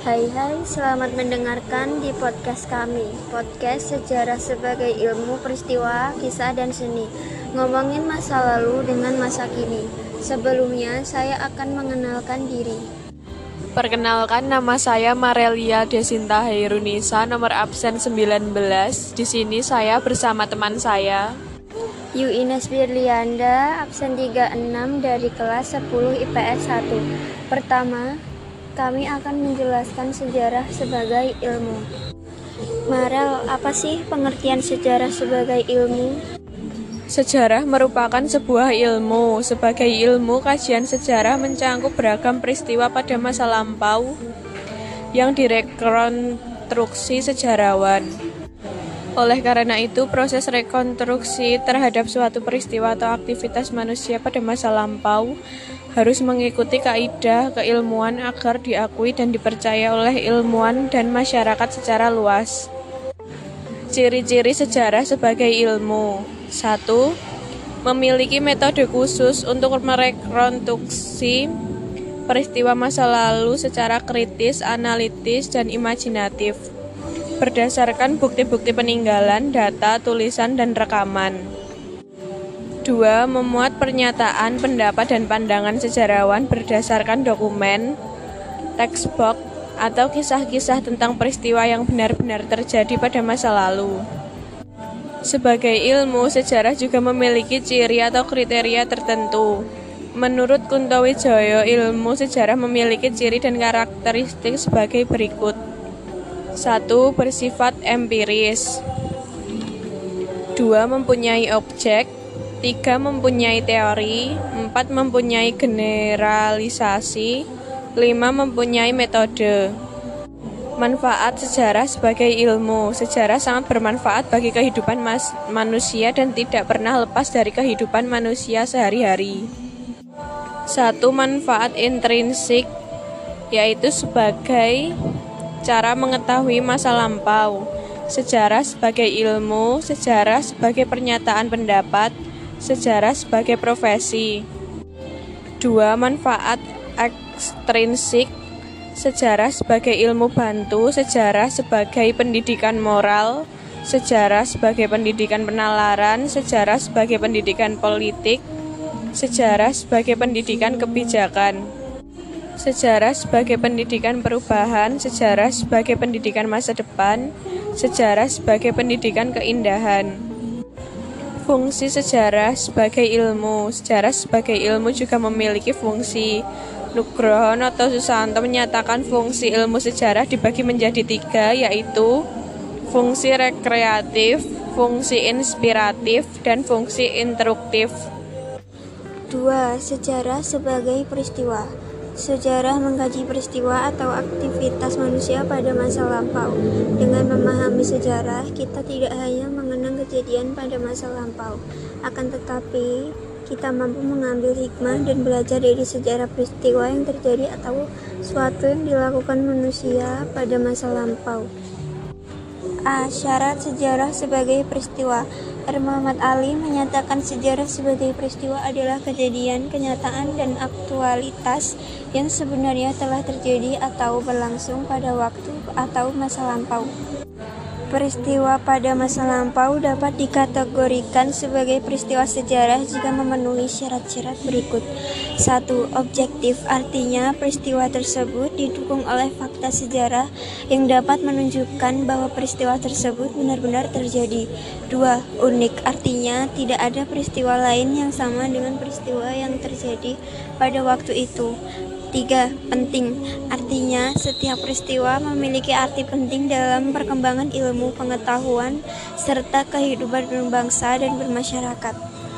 Hai, selamat mendengarkan di podcast kami. Podcast sejarah sebagai ilmu, peristiwa, kisah, dan seni. Ngomongin masa lalu dengan masa kini. Sebelumnya, saya akan mengenalkan diri. Perkenalkan, nama saya Marelia Desinta Hairunisa, nomor absen 19. Di sini saya bersama teman saya. Yu Ines Birlianda, absen 36 dari kelas 10 IPS 1. Pertama, kami akan menjelaskan sejarah sebagai ilmu. Marel, apa sih pengertian sejarah sebagai ilmu? Sejarah merupakan sebuah ilmu. Sebagai ilmu, kajian sejarah mencangkup beragam peristiwa pada masa lampau yang direkonstruksi sejarawan. Oleh karena itu, proses rekonstruksi terhadap suatu peristiwa atau aktivitas manusia pada masa lampau harus mengikuti kaidah keilmuan agar diakui dan dipercaya oleh ilmuwan dan masyarakat secara luas. Ciri-ciri sejarah sebagai ilmu. 1. Memiliki metode khusus untuk merekonstruksi peristiwa masa lalu secara kritis, analitis, dan imajinatif, berdasarkan bukti-bukti peninggalan, data, tulisan, dan rekaman. 2. Memuat pernyataan, pendapat, dan pandangan sejarawan berdasarkan dokumen, textbook, atau kisah-kisah tentang peristiwa yang benar-benar terjadi pada masa lalu. Sebagai ilmu, sejarah juga memiliki ciri atau kriteria tertentu. Menurut Kunto Wijoyo, ilmu sejarah memiliki ciri dan karakteristik sebagai berikut. 1. Bersifat empiris. 2. Mempunyai objek. 3. Mempunyai teori. 4. Mempunyai generalisasi. 5. Mempunyai metode. Manfaat sejarah sebagai ilmu. Sejarah sangat bermanfaat bagi kehidupan manusia dan tidak pernah lepas dari kehidupan manusia sehari-hari. 1. Manfaat intrinsik, yaitu sebagai cara mengetahui masa lampau. Sejarah sebagai ilmu. Sejarah sebagai pernyataan pendapat. Sejarah sebagai profesi. 2. Manfaat ekstrinsik. Sejarah sebagai ilmu bantu. Sejarah sebagai pendidikan moral. Sejarah sebagai pendidikan penalaran. Sejarah sebagai pendidikan politik. Sejarah sebagai pendidikan kebijakan. Sejarah sebagai pendidikan perubahan. Sejarah sebagai pendidikan masa depan. Sejarah sebagai pendidikan keindahan. Fungsi sejarah sebagai ilmu. Sejarah sebagai ilmu juga memiliki fungsi. Nugroho Noto Susanto menyatakan fungsi ilmu sejarah dibagi menjadi 3, yaitu fungsi rekreatif, fungsi inspiratif, dan fungsi instruktif. 2. Sejarah sebagai peristiwa. Sejarah mengkaji peristiwa atau aktivitas manusia pada masa lampau. Dengan memahami sejarah, kita tidak hanya mengenang kejadian pada masa lampau, akan tetapi kita mampu mengambil hikmah dan belajar dari sejarah peristiwa yang terjadi atau suatu yang dilakukan manusia pada masa lampau. A. Syarat sejarah sebagai peristiwa. R. Muhammad Ali menyatakan sejarah sebagai peristiwa adalah kejadian, kenyataan, dan aktualitas yang sebenarnya telah terjadi atau berlangsung pada waktu atau masa lampau. Peristiwa pada masa lampau dapat dikategorikan sebagai peristiwa sejarah jika memenuhi syarat-syarat berikut. 1. Objektif, artinya peristiwa tersebut didukung oleh fakta sejarah yang dapat menunjukkan bahwa peristiwa tersebut benar-benar terjadi. 2. Unik, artinya tidak ada peristiwa lain yang sama dengan peristiwa yang terjadi pada waktu itu. 3. Penting, artinya setiap peristiwa memiliki arti penting dalam perkembangan ilmu pengetahuan serta kehidupan berbangsa dan bermasyarakat.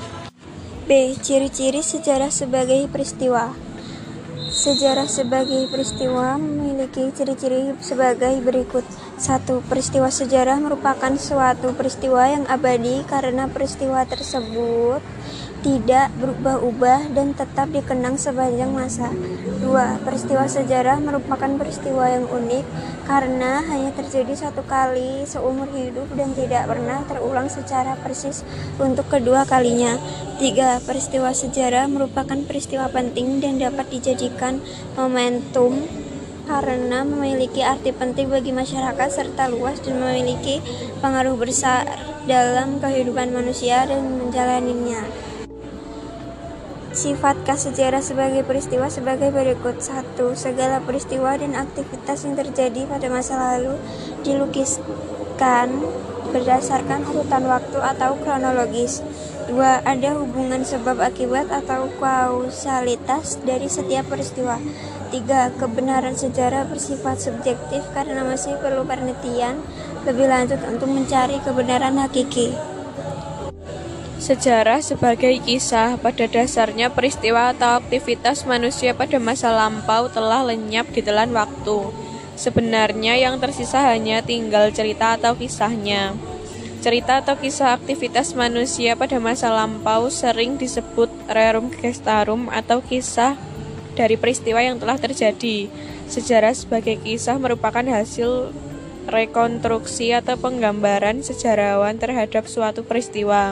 B. Ciri-ciri sejarah sebagai peristiwa. Sejarah sebagai peristiwa memiliki ciri-ciri sebagai berikut. 1. Peristiwa sejarah merupakan suatu peristiwa yang abadi karena peristiwa tersebut tidak berubah-ubah dan tetap dikenang sepanjang masa. 2. Peristiwa sejarah merupakan peristiwa yang unik karena hanya terjadi satu kali seumur hidup dan tidak pernah terulang secara persis untuk kedua kalinya. 3. Peristiwa sejarah merupakan peristiwa penting dan dapat dijadikan momentum karena memiliki arti penting bagi masyarakat serta luas dan memiliki pengaruh besar dalam kehidupan manusia dan menjalaninya. Sifat khas sejarah sebagai peristiwa sebagai berikut. 1. Segala peristiwa dan aktivitas yang terjadi pada masa lalu dilukiskan berdasarkan urutan waktu atau kronologis. 2. Ada hubungan sebab akibat atau kausalitas dari setiap peristiwa. 3. Kebenaran sejarah bersifat subjektif karena masih perlu penelitian lebih lanjut untuk mencari kebenaran hakiki. Sejarah sebagai kisah, pada dasarnya peristiwa atau aktivitas manusia pada masa lampau telah lenyap ditelan waktu. Sebenarnya yang tersisa hanya tinggal cerita atau kisahnya. Cerita atau kisah aktivitas manusia pada masa lampau sering disebut rerum gestarum atau kisah dari peristiwa yang telah terjadi. Sejarah sebagai kisah merupakan hasil rekonstruksi atau penggambaran sejarawan terhadap suatu peristiwa.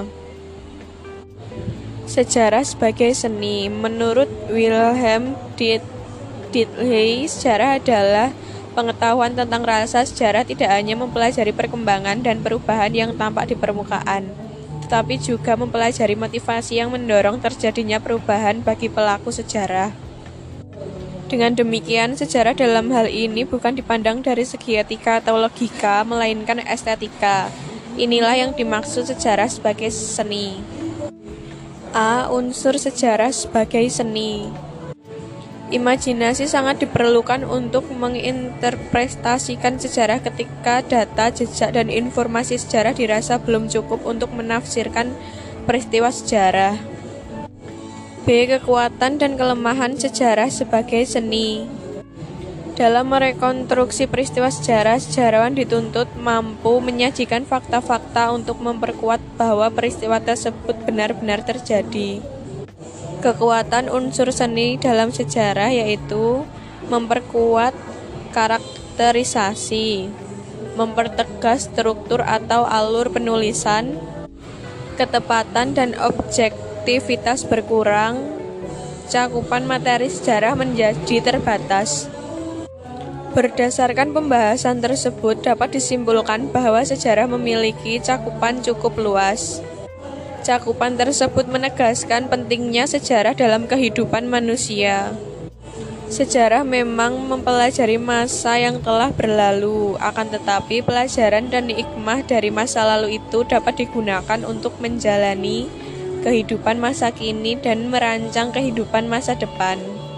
Sejarah sebagai seni. Menurut Wilhelm Dietheley, sejarah adalah pengetahuan tentang rasa. Sejarah tidak hanya mempelajari perkembangan dan perubahan yang tampak di permukaan, tetapi juga mempelajari motivasi yang mendorong terjadinya perubahan bagi pelaku sejarah. Dengan demikian, sejarah dalam hal ini bukan dipandang dari segi etika atau logika, melainkan estetika. Inilah yang dimaksud sejarah sebagai seni. A. Unsur sejarah sebagai seni. Imajinasi sangat diperlukan untuk menginterpretasikan sejarah ketika data, jejak, dan informasi sejarah dirasa belum cukup untuk menafsirkan peristiwa sejarah. B. Kekuatan dan kelemahan sejarah sebagai seni. Dalam merekonstruksi peristiwa sejarah, sejarawan dituntut mampu menyajikan fakta-fakta untuk memperkuat bahwa peristiwa tersebut benar-benar terjadi. Kekuatan unsur seni dalam sejarah yaitu memperkuat karakterisasi, mempertegas struktur atau alur penulisan, ketepatan dan objektivitas berkurang, cakupan materi sejarah menjadi terbatas. Berdasarkan pembahasan tersebut, dapat disimpulkan bahwa sejarah memiliki cakupan cukup luas. Cakupan tersebut menegaskan pentingnya sejarah dalam kehidupan manusia. Sejarah memang mempelajari masa yang telah berlalu, akan tetapi pelajaran dan hikmah dari masa lalu itu dapat digunakan untuk menjalani kehidupan masa kini dan merancang kehidupan masa depan.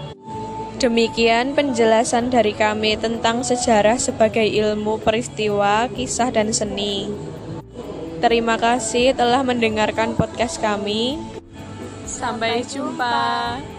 Demikian penjelasan dari kami tentang sejarah sebagai ilmu peristiwa, kisah, dan seni. Terima kasih telah mendengarkan podcast kami. Sampai jumpa.